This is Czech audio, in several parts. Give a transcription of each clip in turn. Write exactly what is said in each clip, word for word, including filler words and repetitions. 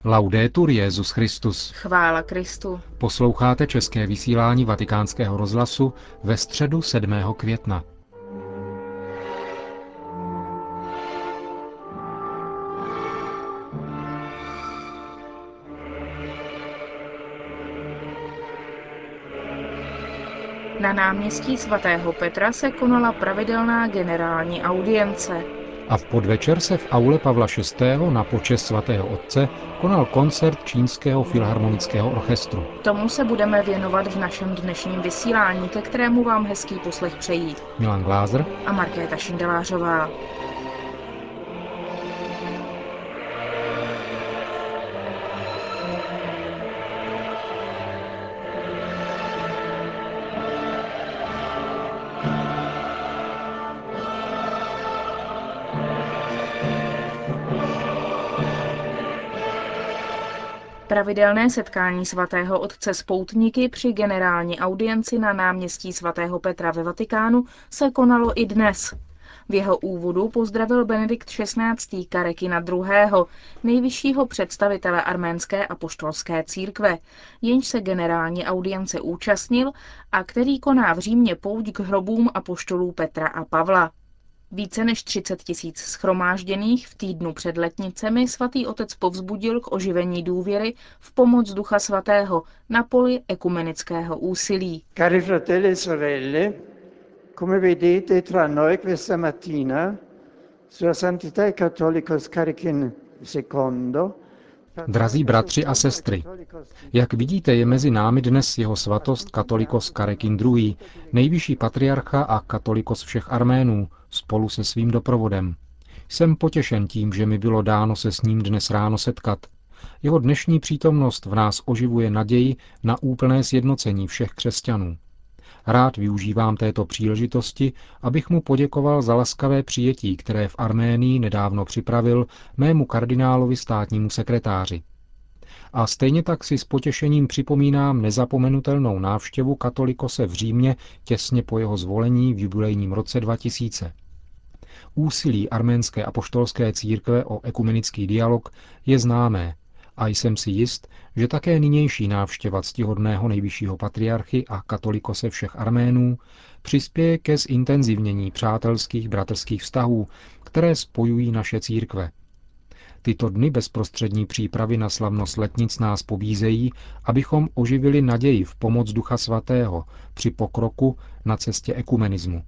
Laudetur Jesus Christus. Chvála Kristu. Posloucháte české vysílání Vatikánského rozhlasu ve středu sedmého května. Na náměstí svatého Petra se konala pravidelná generální audience. A v podvečer se v aule Pavla šestého na počest svatého otce konal koncert Čínského filharmonického orchestru. Tomu se budeme věnovat v našem dnešním vysílání, ke kterému vám hezký poslech přejí Milan Glázer a Markéta Šindelářová. Pravidelné setkání svatého otce s poutníky při generální audienci na náměstí svatého Petra ve Vatikánu se konalo i dnes. V jeho úvodu pozdravil Benedikt šestnáctý. Karekina druhého., nejvyššího představitele arménské apoštolské církve, jenž se generální audience účastnil a který koná v Římě pouť k hrobům apoštolů Petra a Pavla. Více než třicet tisíc shromážděných v týdnu před letnicemi svatý otec povzbudil k oživení důvěry v pomoc Ducha svatého na poli ekumenického úsilí. Cari fratelli e sorelle, come vedete tra noi questa mattina, Sua Santità Catholicos Carikin druhý. Drazí bratři a sestry, jak vidíte, je mezi námi dnes jeho svatost Katolikos Karekin druhý., nejvyšší patriarcha a katolikos všech Arménů, spolu se svým doprovodem. Jsem potěšen tím, že mi bylo dáno se s ním dnes ráno setkat. Jeho dnešní přítomnost v nás oživuje naději na úplné sjednocení všech křesťanů. Rád využívám této příležitosti, abych mu poděkoval za laskavé přijetí, které v Arménii nedávno připravil mému kardinálovi státnímu sekretáři. A stejně tak si s potěšením připomínám nezapomenutelnou návštěvu katolikose v Římě těsně po jeho zvolení v jubilejním roce dva tisíce. Úsilí arménské apoštolské církve o ekumenický dialog je známé a jsem si jist, že také nynější návštěva ctihodného nejvyššího patriarchy a katolikose všech Arménů přispěje ke zintenzivnění přátelských bratrských vztahů, které spojují naše církve. Tyto dny bezprostřední přípravy na slavnost letnic nás pobízejí, abychom oživili naději v pomoc Ducha svatého při pokroku na cestě ekumenismu.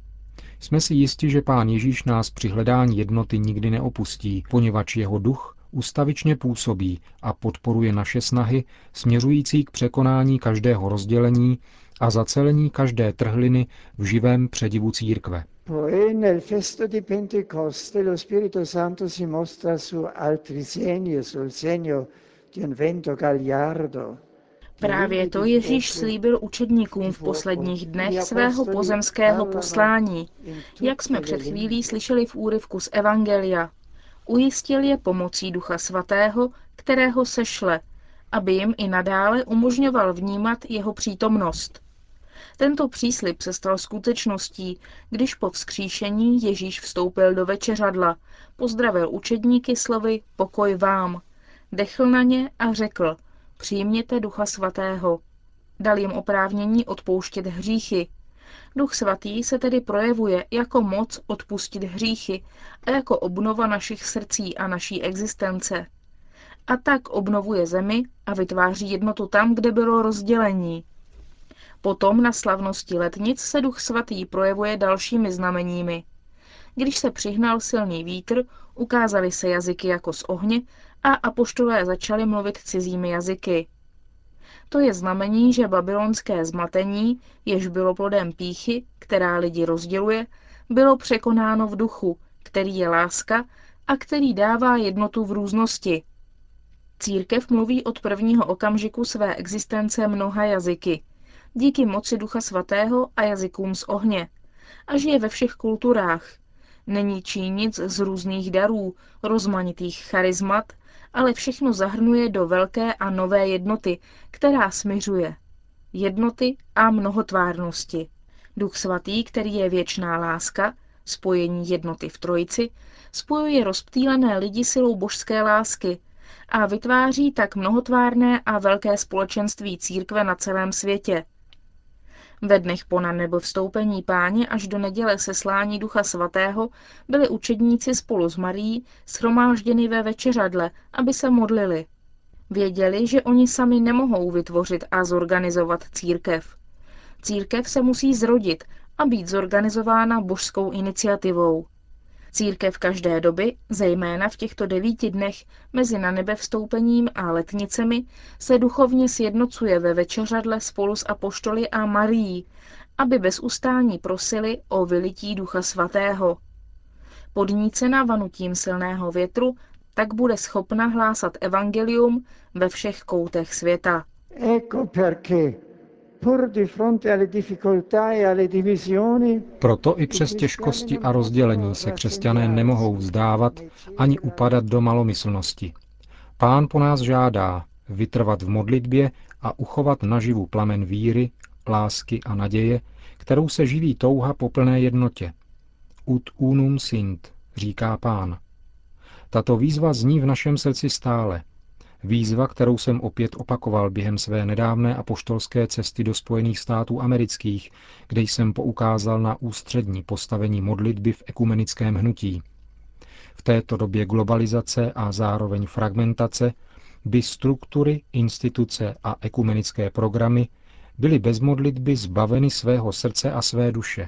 Jsme si jisti, že Pán Ježíš nás při hledání jednoty nikdy neopustí, poněvadž jeho duch ustavičně působí a podporuje naše snahy směřující k překonání každého rozdělení a zacelení každé trhliny v živém předivu církve. Poi nel festo di Pentecoste lo Spirito Santo si mostra su altri segni, sul segno di un vento gagliardo. Právě to Ježíš slíbil učedníkům v posledních dnech svého pozemského poslání, jak jsme před chvílí slyšeli v úryvku z Evangelia. Ujistil je pomocí Ducha svatého, kterého sešle, aby jim i nadále umožňoval vnímat jeho přítomnost. Tento příslib se stal skutečností, když po vzkříšení Ježíš vstoupil do večeřadla, pozdravil učedníky slovy pokoj vám, dechl na ně a řekl, přijměte Ducha svatého. Dal jim oprávnění odpouštět hříchy. Duch svatý se tedy projevuje jako moc odpustit hříchy a jako obnova našich srdcí a naší existence. A tak obnovuje zemi a vytváří jednotu tam, kde bylo rozdělení. Potom na slavnosti letnic se Duch svatý projevuje dalšími znameními. Když se přihnal silný vítr, ukázaly se jazyky jako z ohně a apoštolé začali mluvit cizími jazyky. To je znamení, že babylonské zmatení, jež bylo plodem pýchy, která lidi rozděluje, bylo překonáno v duchu, který je láska a který dává jednotu v různosti. Církev mluví od prvního okamžiku své existence mnoha jazyky, díky moci Ducha svatého a jazykům z ohně, a žije ve všech kulturách. Není činí nic z různých darů, rozmanitých charizmat, ale všechno zahrnuje do velké a nové jednoty, která smiřuje. Jednoty a mnohotvárnosti. Duch svatý, který je věčná láska, spojení jednoty v trojici, spojuje rozptýlené lidi silou božské lásky a vytváří tak mnohotvárné a velké společenství církve na celém světě. Ve dnech po nanebovstoupení Páně až do neděle seslání Ducha Svatého byli učedníci spolu s Marií shromážděni ve večeřadle, aby se modlili. Věděli, že oni sami nemohou vytvořit a zorganizovat církev. Církev se musí zrodit a být zorganizována božskou iniciativou. Církev každé doby, zejména v těchto devíti dnech mezi nanebevstoupením a letnicemi, se duchovně sjednocuje ve večeřadle spolu s apoštoly a Marií, aby bez ustání prosili o vylití Ducha Svatého. Podnícena vanutím silného větru, tak bude schopna hlásat evangelium ve všech koutech světa. Ecco perché, pur di fronte alle difficoltà e alle divisioni, Proto i přes těžkosti a rozdělení se křesťané nemohou vzdávat ani upadat do malomyslnosti. Pán po nás žádá vytrvat v modlitbě a uchovat naživu plamen víry, lásky a naděje, kterou se živí touha po plné jednotě. Ut unum sint, říká Pán. Tato výzva zní v našem srdci stále. Výzva, kterou jsem opět opakoval během své nedávné apoštolské cesty do Spojených států amerických, kde jsem poukázal na ústřední postavení modlitby v ekumenickém hnutí. V této době globalizace a zároveň fragmentace by struktury, instituce a ekumenické programy byly bez modlitby zbaveny svého srdce a své duše.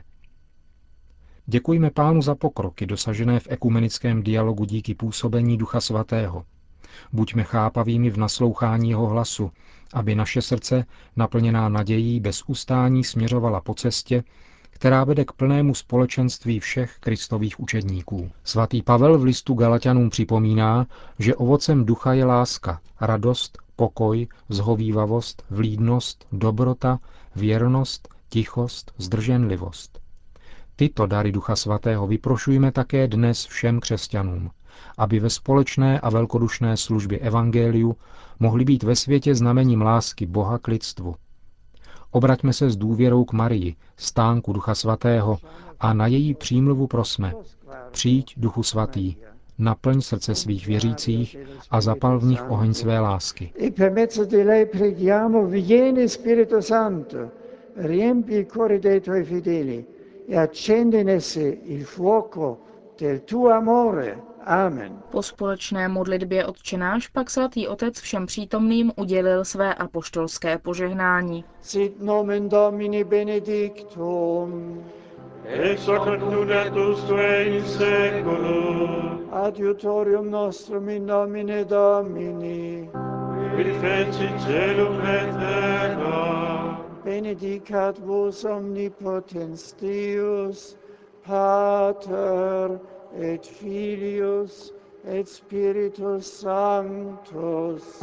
Děkujme Pánu za pokroky dosažené v ekumenickém dialogu díky působení Ducha Svatého. Buďme chápavými v naslouchání jeho hlasu, aby naše srdce, naplněná nadějí, bez ustání směřovala po cestě, která vede k plnému společenství všech Kristových učedníků. Svatý Pavel v listu Galatianům připomíná, že ovocem ducha je láska, radost, pokoj, zhovívavost, vlídnost, dobrota, věrnost, tichost, zdrženlivost. Tyto dary Ducha Svatého vyprošujme také dnes všem křesťanům, aby ve společné a velkodušné službě evangeliu mohli být ve světě znamením lásky Boha k lidstvu. Obraťme se s důvěrou k Marii, stánku Ducha Svatého, a na její přímluvu prosme: Přijď, Duchu Svatý, naplň srdce svých věřících a zapal v nich oheň své lásky. Riempi i cuori dei tuoi fedeli e accendi in essi il fuoco del tuo amore. Amen. Po společné modlitbě Otčenáš pak svatý otec všem přítomným udělil své apoštolské požehnání. Sit nomen Domini benedictum. Ex hoc nunc et usque in seculum. Adiutorium nostrum in nomine Domini. Qui feci caelum et terra. Benedicat vos omnipotens Deus, Pater et Filius et Spiritus Sanctus.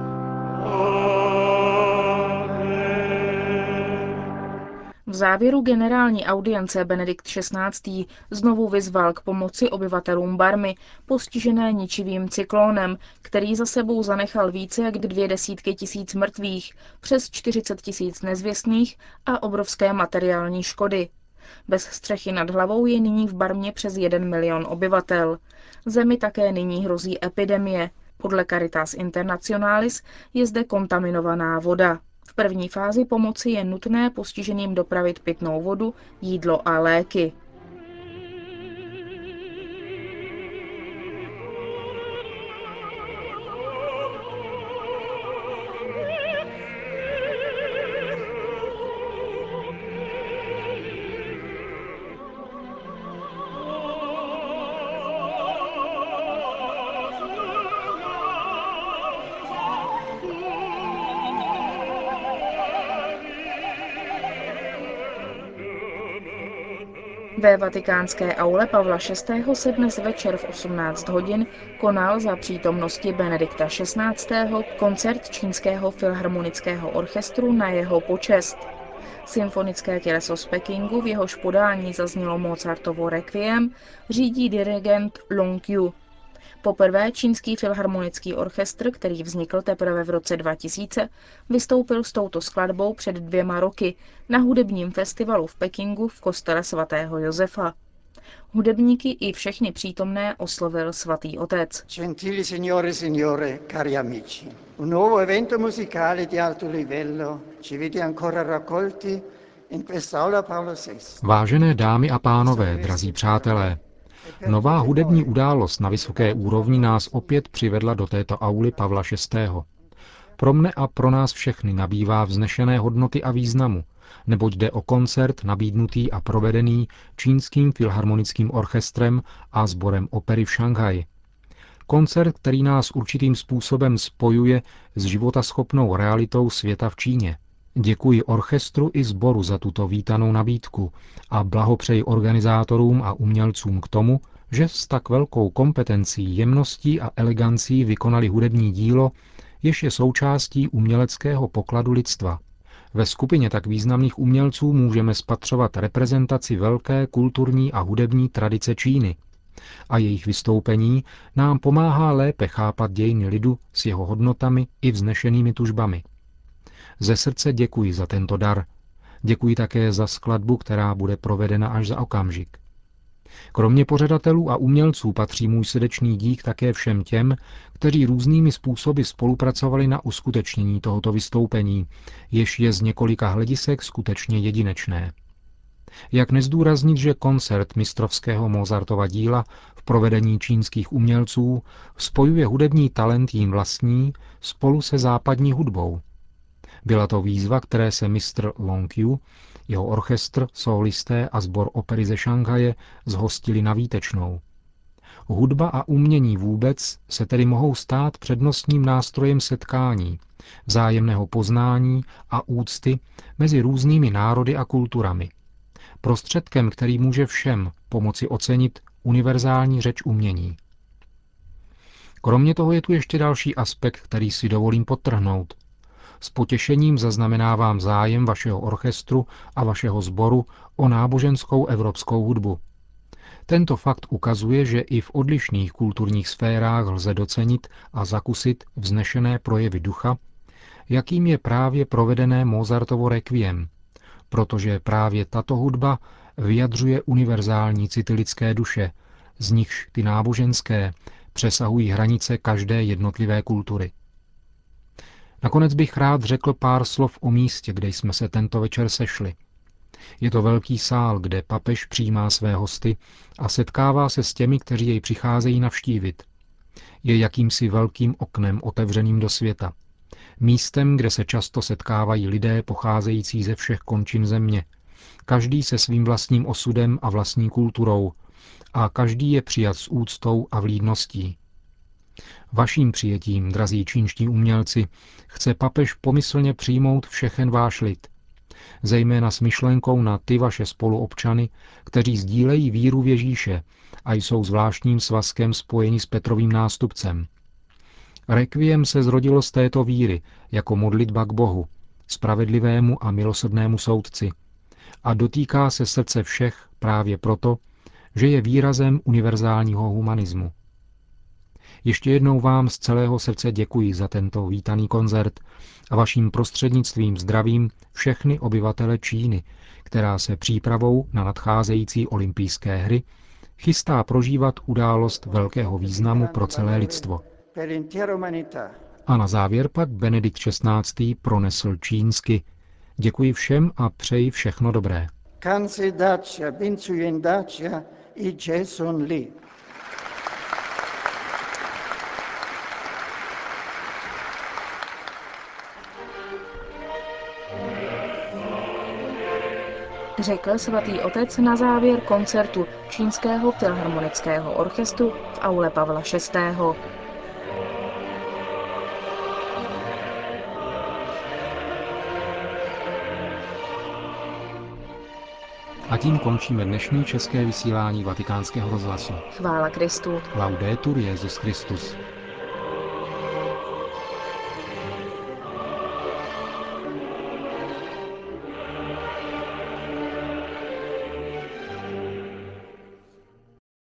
V závěru generální audience Benedikt šestnáctý znovu vyzval k pomoci obyvatelům Barmy, postižené ničivým cyklónem, který za sebou zanechal více jak dvě desítky tisíc mrtvých, přes čtyřicet tisíc nezvěstných a obrovské materiální škody. Bez střechy nad hlavou je nyní v Barmě přes jeden milion obyvatel. Zemi také nyní hrozí epidemie. Podle Caritas Internationalis je zde kontaminovaná voda. V první fázi pomoci je nutné postiženým dopravit pitnou vodu, jídlo a léky. Ve vatikánské aule Pavla šestého se dnes večer v osmnáct hodin konal za přítomnosti Benedikta šestnáctého koncert Čínského filharmonického orchestru na jeho počest. Symfonické těleso z Pekingu, v jehož podání zaznělo Mozartovo Requiem, řídí dirigent Long Yu. Poprvé Čínský filharmonický orchestr, který vznikl teprve v roce dva tisíce, vystoupil s touto skladbou před dvěma roky na hudebním festivalu v Pekingu v kostele svatého Josefa. Hudebníky i všechny přítomné oslovil svatý otec. Gentili signore e signore, cari amici. Un nuovo evento musicale di alto livello ci vede ancora raccolti in quest'aula Paolo šestého. Vážené dámy a pánové, drazí přátelé, nová hudební událost na vysoké úrovni nás opět přivedla do této auly Pavla šestého. Pro mne a pro nás všechny nabývá vznešené hodnoty a významu, neboť jde o koncert nabídnutý a provedený Čínským filharmonickým orchestrem a sborem opery v Šanghaji. Koncert, který nás určitým způsobem spojuje s životaschopnou realitou světa v Číně. Děkuji orchestru i sboru za tuto vítanou nabídku a blahopřeji organizátorům a umělcům k tomu, že s tak velkou kompetencí, jemností a elegancí vykonali hudební dílo, jež je součástí uměleckého pokladu lidstva. Ve skupině tak významných umělců můžeme spatřovat reprezentaci velké kulturní a hudební tradice Číny. A jejich vystoupení nám pomáhá lépe chápat dějiny lidu s jeho hodnotami i vznešenými tužbami. Ze srdce děkuji za tento dar. Děkuji také za skladbu, která bude provedena až za okamžik. Kromě pořadatelů a umělců patří můj srdečný dík také všem těm, kteří různými způsoby spolupracovali na uskutečnění tohoto vystoupení, jež je z několika hledisek skutečně jedinečné. Jak nezdůraznit, že koncert mistrovského Mozartova díla v provedení čínských umělců spojuje hudební talent jím vlastní spolu se západní hudbou. Byla to výzva, které se mistr Long Yu, jeho orchestr, sólisté a sbor opery ze Šanghaje zhostili na výtečnou. Hudba a umění vůbec se tedy mohou stát přednostním nástrojem setkání, vzájemného poznání a úcty mezi různými národy a kulturami. Prostředkem, který může všem pomoci ocenit univerzální řeč umění. Kromě toho je tu ještě další aspekt, který si dovolím podtrhnout. S potěšením zaznamenávám zájem vašeho orchestru a vašeho sboru o náboženskou evropskou hudbu. Tento fakt ukazuje, že i v odlišných kulturních sférách lze docenit a zakusit vznešené projevy ducha, jakým je právě provedené Mozartovo Requiem, protože právě tato hudba vyjadřuje univerzální city lidské duše, z nichž ty náboženské přesahují hranice každé jednotlivé kultury. Nakonec bych rád řekl pár slov o místě, kde jsme se tento večer sešli. Je to velký sál, kde papež přijímá své hosty a setkává se s těmi, kteří jej přicházejí navštívit. Je jakýmsi velkým oknem otevřeným do světa. Místem, kde se často setkávají lidé pocházející ze všech končin země. Každý se svým vlastním osudem a vlastní kulturou a každý je přijat s úctou a vlídností. Vaším přijetím, drazí čínští umělci, chce papež pomyslně přijmout všechen váš lid. Zejména s myšlenkou na ty vaše spoluobčany, kteří sdílejí víru v Ježíše a jsou zvláštním svazkem spojeni s Petrovým nástupcem. Requiem se zrodilo z této víry jako modlitba k Bohu, spravedlivému a milosrdnému soudci, a dotýká se srdce všech právě proto, že je výrazem univerzálního humanismu. Ještě jednou vám z celého srdce děkuji za tento vítaný koncert a vaším prostřednictvím zdravím všechny obyvatele Číny, která se přípravou na nadcházející olympijské hry chystá prožívat událost velkého významu pro celé lidstvo. A na závěr pak Benedikt šestnáctý pronesl čínsky: děkuji všem a přeji všechno dobré. Řekl svatý otec na závěr koncertu Čínského filharmonického orchestru v aule Pavla šestého. A tím končíme dnešní české vysílání Vatikánského rozhlasu. Chvála Kristu. Laudetur Jesus Christus.